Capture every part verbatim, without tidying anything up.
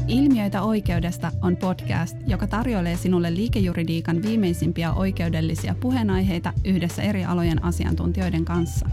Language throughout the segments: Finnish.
Ilmiöitä oikeudesta on podcast, joka tarjoilee sinulle liikejuridiikan viimeisimpiä oikeudellisia puheenaiheita yhdessä eri alojen asiantuntijoiden kanssa.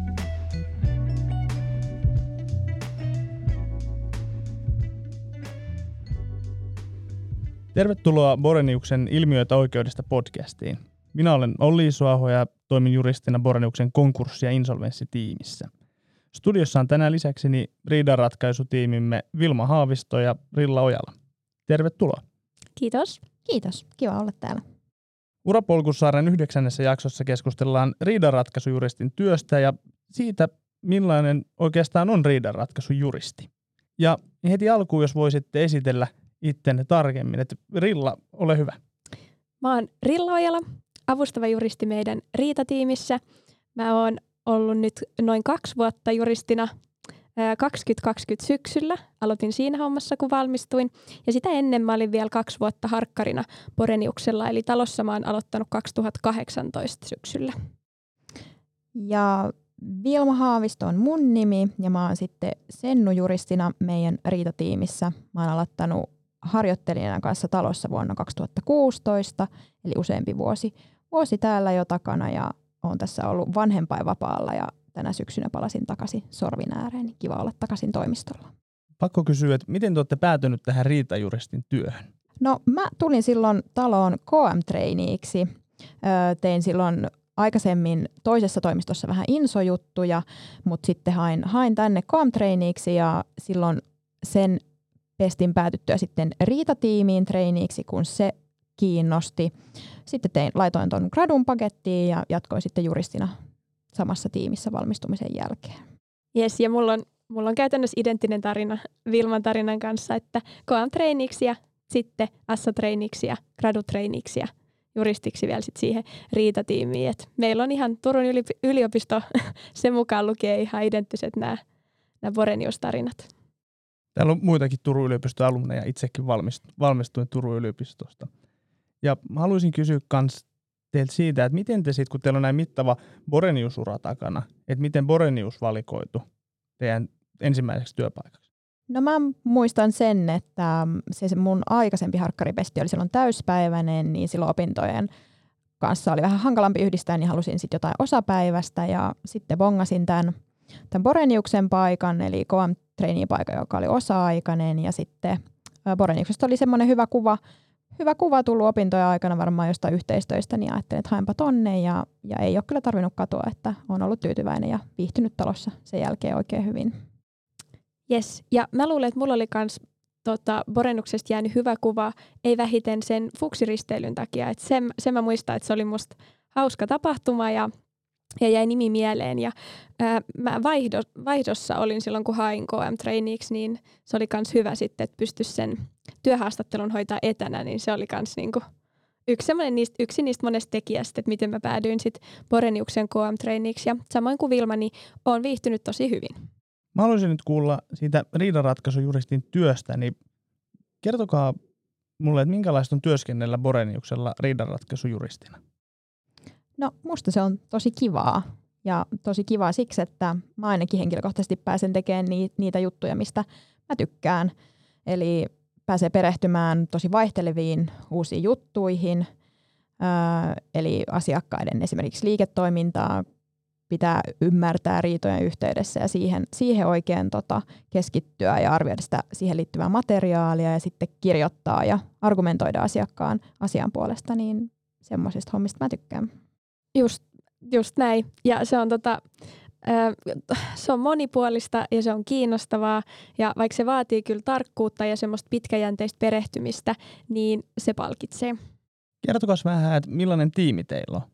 Tervetuloa Boreniuksen Ilmiöitä oikeudesta podcastiin. Minä olen Olli Isoaho ja toimin juristina Boreniuksen konkurssi- ja insolvenssitiimissä. Studiossa on tänään lisäkseni riidanratkaisutiimimme Vilma Haavisto ja Rilla Ojala. Tervetuloa. Kiitos. Kiitos. Kiva olla täällä. Urapolkusaaren yhdeksännessä jaksossa keskustellaan riidanratkaisujuristin työstä ja siitä, millainen oikeastaan on riidanratkaisujuristi. Ja heti alkuun, jos voisitte esitellä ittenne tarkemmin. Että Rilla, ole hyvä. Mä oon Rilla Ojala, avustava juristi meidän riitatiimissä. Mä oon ollut nyt noin kaksi vuotta juristina kaksituhattakaksikymmentä syksyllä. Aloitin siinä hommassa, kun valmistuin. Ja sitä ennen mä olin vielä kaksi vuotta harkkarina Boreniuksella, eli talossa mä oon aloittanut kaksituhattakahdeksantoista syksyllä. Ja Vilma Haavisto on mun nimi ja mä oon sitten Sennu-juristina meidän riitatiimissä. Mä oon aloittanut harjoittelijana kanssa talossa vuonna kaksituhattakuusitoista, eli useampi vuosi, vuosi täällä jo takana ja oon tässä ollut vanhempainvapaalla ja tänä syksynä palasin takaisin sorvin ääreen. Niin kiva olla takaisin toimistolla. Pakko kysyä, että miten te olette päätynyt tähän riitajuristin työhön? No mä tulin silloin taloon K M-treiniiksi. Tein silloin aikaisemmin toisessa toimistossa vähän insojuttuja, mutta sitten hain, hain tänne K M-treiniiksi ja silloin sen pestin päätyttyä sitten riitatiimiin treiniiksi, kun se kiinnosti. Sitten tein, laitoin tuon gradun pakettiin ja jatkoin sitten juristina samassa tiimissä valmistumisen jälkeen. Jes, ja mulla on, mulla on käytännössä identtinen tarina Vilman tarinan kanssa, että K M-treiniksi ja sitten S A-treiniksi ja gradu-treiniksi ja juristiksi vielä sit siihen riitatiimiin. Et meillä on ihan Turun yliopisto, se mukaan lukee ihan identtiset nämä Borenius-tarinat. Täällä on muitakin Turun yliopiston alumneja, itsekin valmistuin Turun yliopistosta. Ja haluaisin kysyä myös teiltä siitä, että miten te sitten, kun teillä on näin mittava Borenius-ura takana, että miten Borenius valikoitu teidän ensimmäiseksi työpaikaksi? No mä muistan sen, että se mun aikaisempi harkkaripesti oli silloin täyspäiväinen, niin silloin opintojen kanssa oli vähän hankalampi yhdistää, niin halusin sitten jotain osapäivästä ja sitten bongasin tämän, tämän Boreniuksen paikan, eli K M-treenipaikka, joka oli osa-aikainen ja sitten Boreniuksesta oli semmoinen hyvä kuva, hyvä kuva tullut opintojen aikana varmaan jostain yhteistöistä, niin ajattelin, että haenpa tonne ja, ja ei ole kyllä tarvinnut katoa, että olen ollut tyytyväinen ja viihtynyt talossa sen jälkeen oikein hyvin. Jes, ja mä luulen, että mulla oli kans tota, Boreniuksesta jäänyt hyvä kuva, ei vähiten sen fuksiristeilyn takia. Et sen, sen mä muistan, että se oli musta hauska tapahtuma ja, ja jäi nimi mieleen. Ja, ää, mä vaihdo, vaihdossa olin silloin, kun hain K M-treiniiksi, niin se oli kans hyvä sitten, että pystyisi sen työhaastattelun hoitaa etänä, niin se oli kans niinku yksi, niistä, yksi niistä monesta tekijästä, että miten mä päädyin sitten Boreniuksen K M-treiniiksi. Ja samoin kuin Vilma, niin oon viihtynyt tosi hyvin. Mä haluaisin nyt kuulla siitä riidanratkaisujuristin työstä, niin kertokaa mulle, että minkälaista on työskennellä Boreniuksella riidanratkaisujuristina? No musta se on tosi kivaa ja tosi kivaa siksi, että mä ainakin henkilökohtaisesti pääsen tekemään niitä juttuja, mistä mä tykkään. Eli pääsee perehtymään tosi vaihteleviin uusiin juttuihin, eli asiakkaiden esimerkiksi liiketoimintaa, pitää ymmärtää riitojen yhteydessä ja siihen, siihen oikein tota, keskittyä ja arvioida sitä siihen liittyvää materiaalia ja sitten kirjoittaa ja argumentoida asiakkaan asian puolesta, niin semmoisista hommista mä tykkään. Just, just näin. Ja se on, tota, äh, se on monipuolista ja se on kiinnostavaa ja vaikka se vaatii kyllä tarkkuutta ja semmoista pitkäjänteistä perehtymistä, niin se palkitsee. Kertokaa vähän, että millainen tiimi teillä on?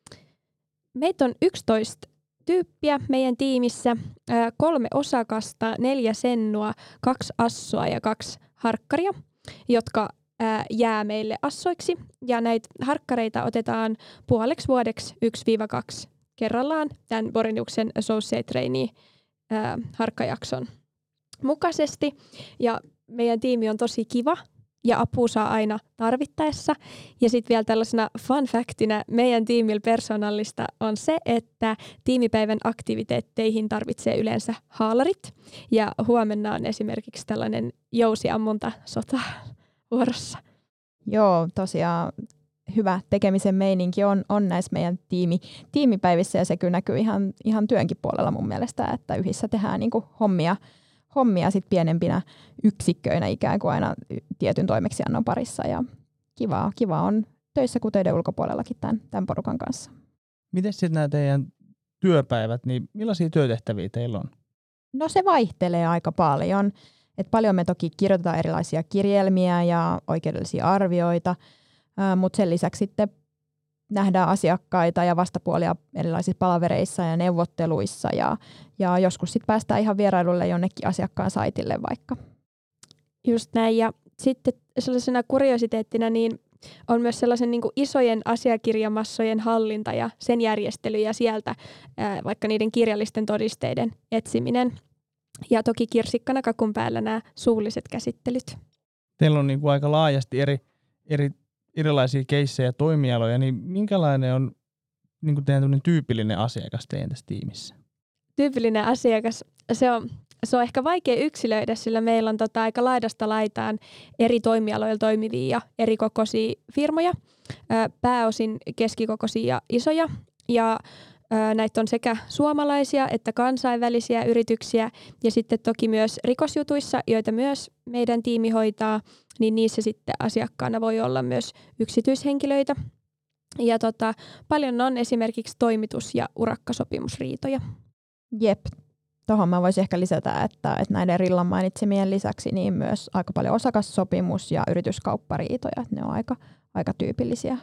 Meitä on yksitoista tyyppiä meidän tiimissä, kolme osakasta, neljä sennua, kaksi assua ja kaksi harkkaria, jotka jää meille assoiksi. Ja näitä harkkareita otetaan puoleksi vuodeksi yksi kaksi kerrallaan tämän Boreniuksen Associate Trainee harkkajakson mukaisesti. Ja meidän tiimi on tosi kiva. ja apua saa aina tarvittaessa. Ja sitten vielä tällaisena fun factina meidän tiimillä persoonallista on se, että tiimipäivän aktiviteetteihin tarvitsee yleensä haalarit. Ja huomenna on esimerkiksi tällainen jousiammunta sota vuorossa. Joo, tosiaan hyvä tekemisen meininki on, on näissä meidän tiimi, tiimipäivissä ja se kyllä näkyy ihan, ihan työnkin puolella mun mielestä, että yhdessä tehdään niinku hommia, hommia sit pienempinä yksikköinä ikään kuin aina tietyn toimeksiannon parissa ja kivaa, kivaa on töissä kuin töiden ulkopuolellakin tämän, tämän porukan kanssa. Miten sitten nämä teidän työpäivät, niin millaisia työtehtäviä teillä on? No se vaihtelee aika paljon. Et paljon me toki kirjoitetaan erilaisia kirjelmiä ja oikeudellisia arvioita, mutta sen lisäksi sitten nähdään asiakkaita ja vastapuolia erilaisissa palavereissa ja neuvotteluissa ja, ja joskus sitten päästään ihan vierailulle jonnekin asiakkaan saitille vaikka. Just näin ja sitten sellaisena kuriositeettina niin on myös sellaisen niin kuin isojen asiakirjamassojen hallinta ja sen järjestely ja sieltä ää, vaikka niiden kirjallisten todisteiden etsiminen. Ja toki kirsikkana kakun päällä nämä suulliset käsittelyt. Teillä on niin kuin aika laajasti eri, eri, erilaisia keissejä ja toimialoja, niin minkälainen on niin kuin teidän tyypillinen asiakas teidän tässä tiimissä? Tyypillinen asiakas, se on, se on ehkä vaikea yksilöidä, sillä meillä on tota aika laidasta laitaan eri toimialoilla toimivia ja eri kokoisia firmoja, pääosin keskikokoisia ja isoja. Ja näitä on sekä suomalaisia että kansainvälisiä yrityksiä ja sitten toki myös rikosjutuissa, joita myös meidän tiimi hoitaa, niin niissä sitten asiakkaana voi olla myös yksityishenkilöitä. Ja tota, paljon on esimerkiksi toimitus- ja urakkasopimusriitoja. Jep, tuohon mä voisin ehkä lisätä, että, että näiden Rillan mainitsemien lisäksi niin myös aika paljon osakassopimus- ja yrityskauppariitoja. Ne on aika, aika tyypillisiä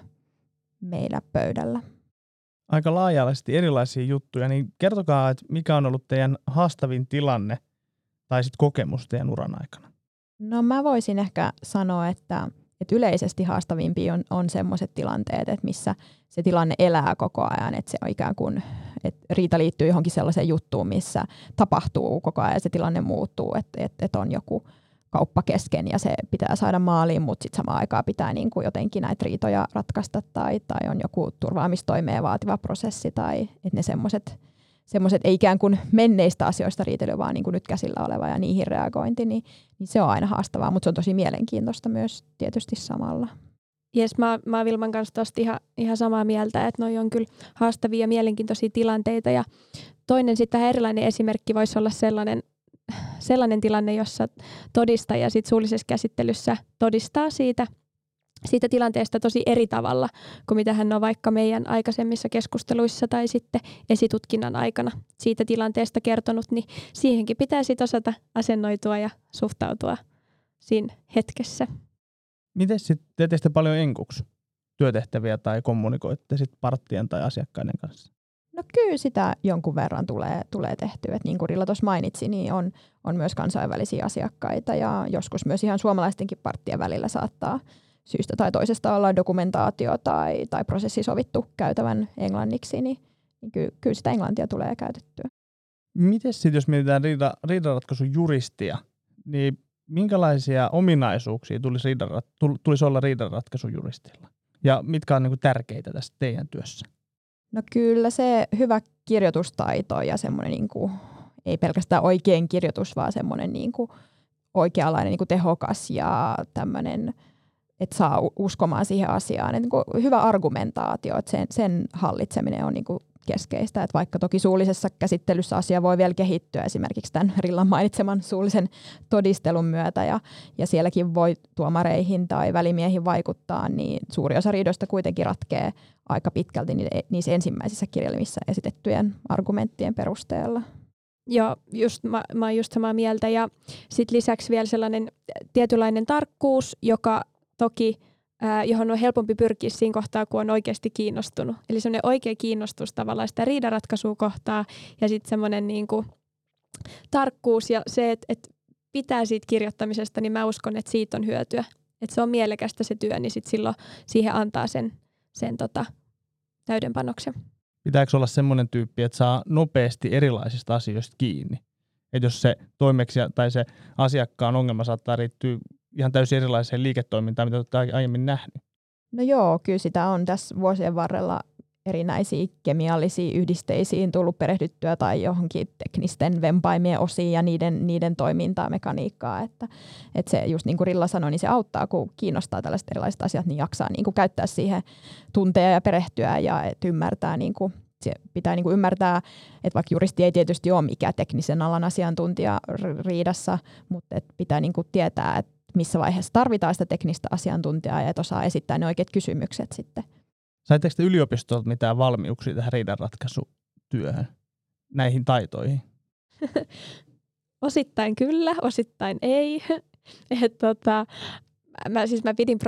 meidän pöydällä. Aika laaja-alaisesti erilaisia juttuja, niin kertokaa, että mikä on ollut teidän haastavin tilanne tai sitten kokemus teidän uran aikana? No mä voisin ehkä sanoa, että, että yleisesti haastavimpia on, on sellaiset tilanteet, että missä se tilanne elää koko ajan, että se on ikään kuin, että riita liittyy johonkin sellaiseen juttuun, missä tapahtuu koko ajan ja se tilanne muuttuu, että, että, että on joku kauppa kesken ja se pitää saada maaliin, mutta sitten samaan aikaan pitää niin kuin jotenkin näitä riitoja ratkaista tai, tai on joku turvaamistoimeen vaativa prosessi tai että ne semmoiset semmoiset ei ikään kuin menneistä asioista riitely, vaan niin kuin nyt käsillä oleva ja niihin reagointi, niin, niin se on aina haastavaa, mutta se on tosi mielenkiintoista myös tietysti samalla. Jes, mä, mä oon Vilman kanssa tosta ihan, ihan samaa mieltä, että noi on kyllä haastavia ja mielenkiintoisia tilanteita ja toinen sitten erilainen esimerkki voisi olla sellainen, sellainen tilanne, jossa todistaja sit suullisessa käsittelyssä todistaa siitä, siitä tilanteesta tosi eri tavalla kuin mitä hän on vaikka meidän aikaisemmissa keskusteluissa tai sitten esitutkinnan aikana siitä tilanteesta kertonut, niin siihenkin pitää sitten osata asennoitua ja suhtautua siinä hetkessä. Miten sitten teette sitten paljon enkuksi työtehtäviä tai kommunikoitte sitten parttien tai asiakkaiden kanssa? No kyllä sitä jonkun verran tulee, tulee tehtyä. Et niin kuin Rilla tuossa mainitsi, niin on, on myös kansainvälisiä asiakkaita ja joskus myös ihan suomalaistenkin parttien välillä saattaa syystä tai toisesta olla dokumentaatio tai, tai prosessi sovittu käytävän englanniksi, niin, niin ky, kyllä sitä englantia tulee käytettyä. Miten sitten, jos mietitään riida, riidanratkaisun juristia, niin minkälaisia ominaisuuksia tulisi, riidanrat, tulisi olla riidanratkaisun juristilla? Ja mitkä on niin kuin tärkeitä tässä teidän työssä? No kyllä se hyvä kirjoitustaito ja semmoinen niin kuin, ei pelkästään oikein kirjoitus, vaan semmoinen niin kuin oikeanlainen niin kuin tehokas ja tämmöinen, että saa uskomaan siihen asiaan. Et niin kuin hyvä argumentaatio, että sen, sen hallitseminen on niin kuin keskeistä. Et vaikka toki suullisessa käsittelyssä asia voi vielä kehittyä esimerkiksi tämän Rillan mainitseman suullisen todistelun myötä ja, ja sielläkin voi tuomareihin tai välimiehiin vaikuttaa, niin suuri osa riidoista kuitenkin ratkee aika pitkälti niissä ensimmäisissä kirjelmissä esitettyjen argumenttien perusteella. Joo, just, mä, mä oon just samaa mieltä ja sitten lisäksi vielä sellainen tietynlainen tarkkuus, joka toki Ää, johon on helpompi pyrkiä siinä kohtaa, kun on oikeasti kiinnostunut. Eli semmoinen oikea kiinnostus tavallaan sitä riidanratkaisua kohtaa ja sitten semmoinen niinku tarkkuus ja se, että et pitää siitä kirjoittamisesta, niin mä uskon, että siitä on hyötyä. Että se on mielekästä se työ, niin sitten silloin siihen antaa sen, sen tota, täyden panoksen. Pitääkö olla semmoinen tyyppi, että saa nopeasti erilaisista asioista kiinni? Että jos se toimeksi tai se asiakkaan ongelma saattaa riittyä ihan täysin erilaiseen liiketoimintaan, mitä olette aiemmin nähnyt? No joo, kyllä sitä on tässä vuosien varrella erinäisiin kemiallisiin yhdisteisiin tullut perehdyttyä tai johonkin teknisten vempaimien osiin ja niiden, niiden toimintaa, mekaniikkaa. Että, että se just niin kuin Rilla sanoi, niin se auttaa, kun kiinnostaa tällaiset erilaiset asiat, niin jaksaa niin kuin käyttää siihen tunteja ja perehtyä ja että ymmärtää, niin kuin, se pitää niin kuin ymmärtää, että vaikka juristi ei tietysti ole mikään teknisen alan asiantuntija riidassa, mutta että pitää niin kuin tietää, että missä vaiheessa tarvitaan sitä teknistä asiantuntijaa ja että osaa esittää ne oikeat kysymykset sitten. Saitteko te yliopistolta mitään valmiuksia tähän riidanratkaisutyöhön, näihin taitoihin? Osittain kyllä, osittain ei. Et tota, mä, siis mä pidin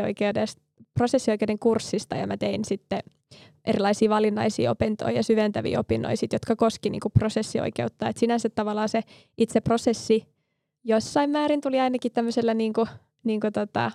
prosessioikeuden kurssista ja mä tein sitten erilaisia valinnaisia opintoja ja syventäviä opintoja, jotka koski niinku prosessioikeutta. Et sinänsä tavallaan se itse prosessi jossain määrin tuli ainakin tämmöisellä niinku, niinku tota,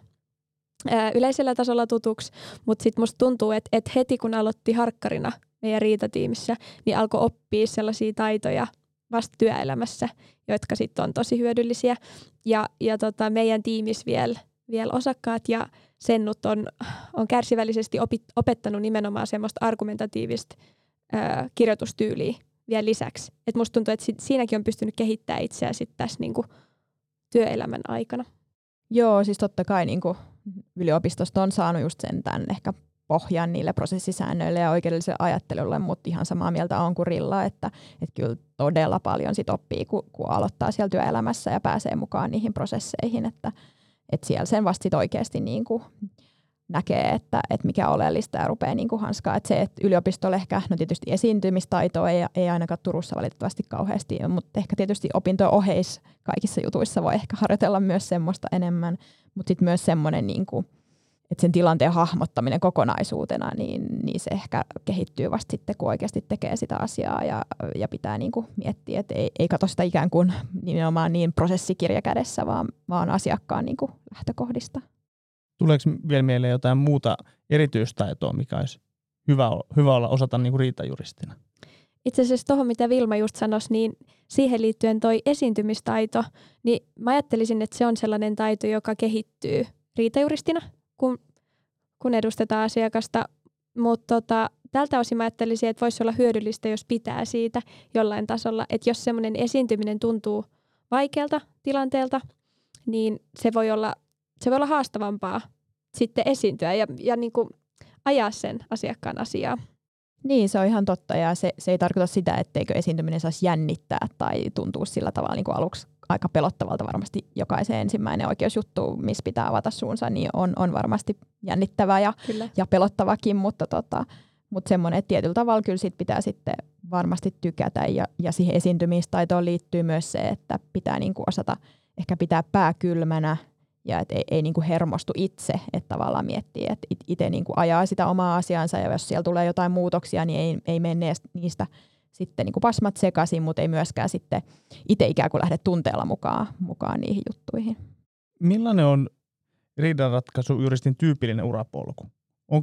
ää, yleisellä tasolla tutuksi, mutta sitten musta tuntuu, että et heti kun aloitti harkkarina meidän riitatiimissä, niin alkoi oppia sellaisia taitoja vasta työelämässä, jotka sitten on tosi hyödyllisiä. Ja, ja tota, meidän tiimissä vielä vielä osakkaat ja sennut on, on kärsivällisesti opit, opettanut nimenomaan semmoista argumentatiivista ää, kirjoitustyyliä vielä lisäksi. Et musta tuntuu, että sit, siinäkin on pystynyt kehittämään itseään sit tässä niinku työelämän aikana. Joo, siis totta kai niinku yliopistosta on saanut just sen tämän ehkä pohjan niille prosessisäännöille ja oikeudelliselle ajattelulle, mutta ihan samaa mieltä on kuin Rilla, että, että kyllä todella paljon sit oppii, kun, kun aloittaa siellä työelämässä ja pääsee mukaan niihin prosesseihin, että, että siellä sen vasta sit oikeasti niin kuin näkee, että, että mikä on oleellista ja rupeaa niin kuin hanskaa. Että se, että yliopistolla ehkä, no tietysti esiintymistaitoa ei, ei ainakaan Turussa valitettavasti kauheasti, mutta ehkä tietysti opintojen oheis kaikissa jutuissa voi ehkä harjoitella myös semmoista enemmän, mutta sitten myös semmoinen niin kuin että sen tilanteen hahmottaminen kokonaisuutena, niin, niin se ehkä kehittyy vasta sitten, kun oikeasti tekee sitä asiaa ja, ja pitää niin kuin miettiä, että ei, ei katso sitä ikään kuin nimenomaan niin prosessikirja kädessä, vaan, vaan asiakkaan niin kuin lähtökohdista. Tuleeko vielä mieleen jotain muuta erityistaitoa, mikä olisi hyvä, hyvä olla osata niin kuin riitajuristina? Itse asiassa tuohon, mitä Vilma just sanoisi, niin siihen liittyen toi esiintymistaito, niin mä ajattelisin, että se on sellainen taito, joka kehittyy riitajuristina, kun, kun edustetaan asiakasta, mutta tota, tältä osin mä ajattelisin, että voisi olla hyödyllistä, jos pitää siitä jollain tasolla, että jos semmoinen esiintyminen tuntuu vaikealta tilanteelta, niin se voi olla, se voi olla haastavampaa sitten esiintyä ja, ja niin kuin ajaa sen asiakkaan asiaa. Niin, se on ihan totta ja se, se ei tarkoita sitä, etteikö esiintyminen saisi jännittää tai tuntua sillä tavalla niin kuin aluksi aika pelottavalta varmasti jokaisen ensimmäinen oikeusjuttu, missä pitää avata suunsa, niin on, on varmasti jännittävää ja, ja pelottavakin, mutta, tota, mutta semmoinen, että tietyllä tavalla kyllä sit pitää sitten varmasti tykätä ja, ja siihen esiintymistaitoon liittyy myös se, että pitää niinku osata ehkä pitää pää kylmänä ja et ei, ei niinku hermostu itse, että tavallaan miettii, että itse niinku ajaa sitä omaa asiansa ja jos siellä tulee jotain muutoksia, niin ei, ei mene niistä sitten niin kuin pasmat sekaisin, mutta ei myöskään sitten itse ikään kuin lähde tunteella mukaan, mukaan niihin juttuihin. Millainen on riidanratkaisujuristin tyypillinen urapolku? Onko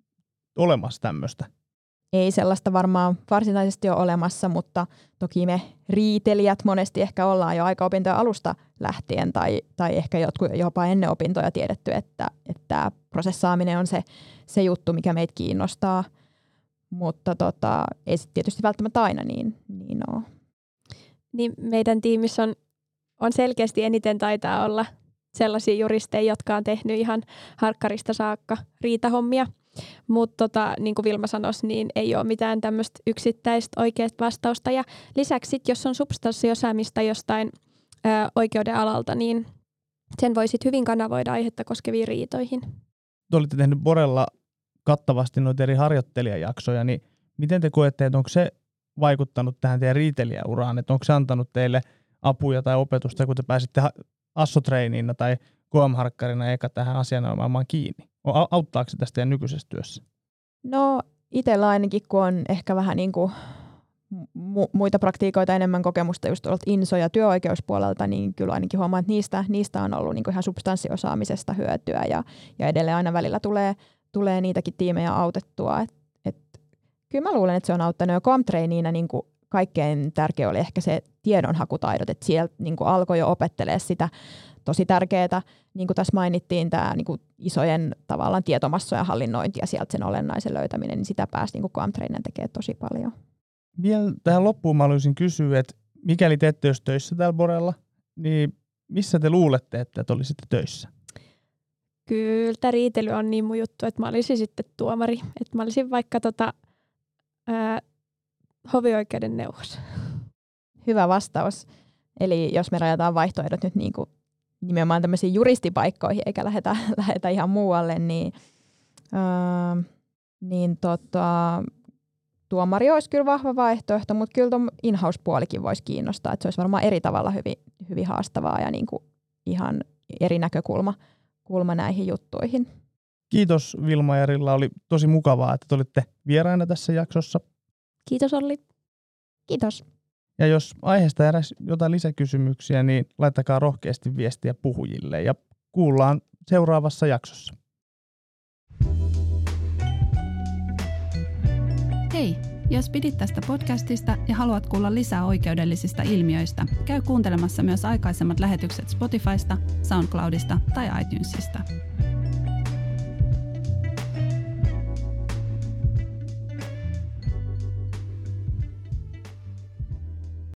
olemassa tämmöistä? Ei sellaista varmaan varsinaisesti ole olemassa, mutta toki me riitelijät monesti ehkä ollaan jo aika opintojen alusta lähtien tai, tai ehkä jotkut jopa ennen opintoja tiedetty, että, että tämä prosessaaminen on se, se juttu, mikä meitä kiinnostaa. Mutta tota, ei sitten tietysti välttämättä aina niin, niin ole. Niin meidän tiimissä on, on selkeästi eniten taitaa olla sellaisia juristeja, jotka on tehnyt ihan harkkarista saakka riitahommia. Mutta tota, niin kuin Vilma sanoi, niin ei ole mitään tämmöistä yksittäistä oikeasta vastausta. Ja lisäksi sit, jos on substanssiosaamista jostain ö, oikeuden alalta, niin sen voi sit hyvin kanavoida aihetta koskeviin riitoihin. Te olitte tehnyt Borella kattavasti noita eri harjoittelijajaksoja, niin miten te koette, että onko se vaikuttanut tähän teidän riitelijäuraan, että onko se antanut teille apuja tai opetusta, kun te pääsitte assotreiniina tai K M-harkkarina eka tähän asianajamaan kiinni? Auttaako se tästä teidän nykyisessä työssä? No itsellä ainakin, kun on ehkä vähän niin kuin mu- muita praktiikoita enemmän kokemusta just tuolta inso- ja työoikeuspuolelta, niin kyllä ainakin huomaan, että niistä, niistä on ollut niin kuin ihan substanssiosaamisesta hyötyä ja, ja edelleen aina välillä tulee tulee niitäkin tiimejä autettua. Et, et, kyllä mä luulen, että se on auttanut jo comtrainiina niin kuin kaikkein tärkeä oli ehkä se tiedonhakutaidot, että sieltä niin kuin alkoi jo opettelemaan sitä tosi tärkeää, niin kuin tässä mainittiin, tämä niin kuin isojen tavallaan tietomassojen hallinnointi ja sieltä sen olennaisen löytäminen, niin sitä pääsi niin kuin Qamtrainen tekee tosi paljon. Vielä tähän loppuun mä haluaisin kysyä, että mikäli te ette olisi töissä täällä Borella, niin missä te luulette, että te olisitte töissä? Kyllä, tämä riitely on niin mun juttu, että mä olisin sitten tuomari. Että mä olisin vaikka tota, ää, hovioikeuden neuvos. Hyvä vastaus. Eli jos me rajataan vaihtoehdot nyt niin kuin nimenomaan tämmöisiin juristipaikkoihin eikä lähetä, lähetä ihan muualle, niin, ää, niin tota, tuomari olisi kyllä vahva vaihtoehto, mutta kyllä tuon in-house-puolikin voisi kiinnostaa. Että se olisi varmaan eri tavalla hyvin, hyvin haastavaa ja niin kuin ihan eri näkökulma kulma näihin juttuihin. Kiitos Vilma ja Rilla. Oli tosi mukavaa, että te olitte vieraina tässä jaksossa. Kiitos Olli. Kiitos. Ja jos aiheesta heräsi jotain lisäkysymyksiä, niin laittakaa rohkeasti viestiä puhujille ja kuullaan seuraavassa jaksossa. Hei! Jos pidit tästä podcastista ja haluat kuulla lisää oikeudellisista ilmiöistä, käy kuuntelemassa myös aikaisemmat lähetykset Spotifysta, SoundCloudista tai iTunesista.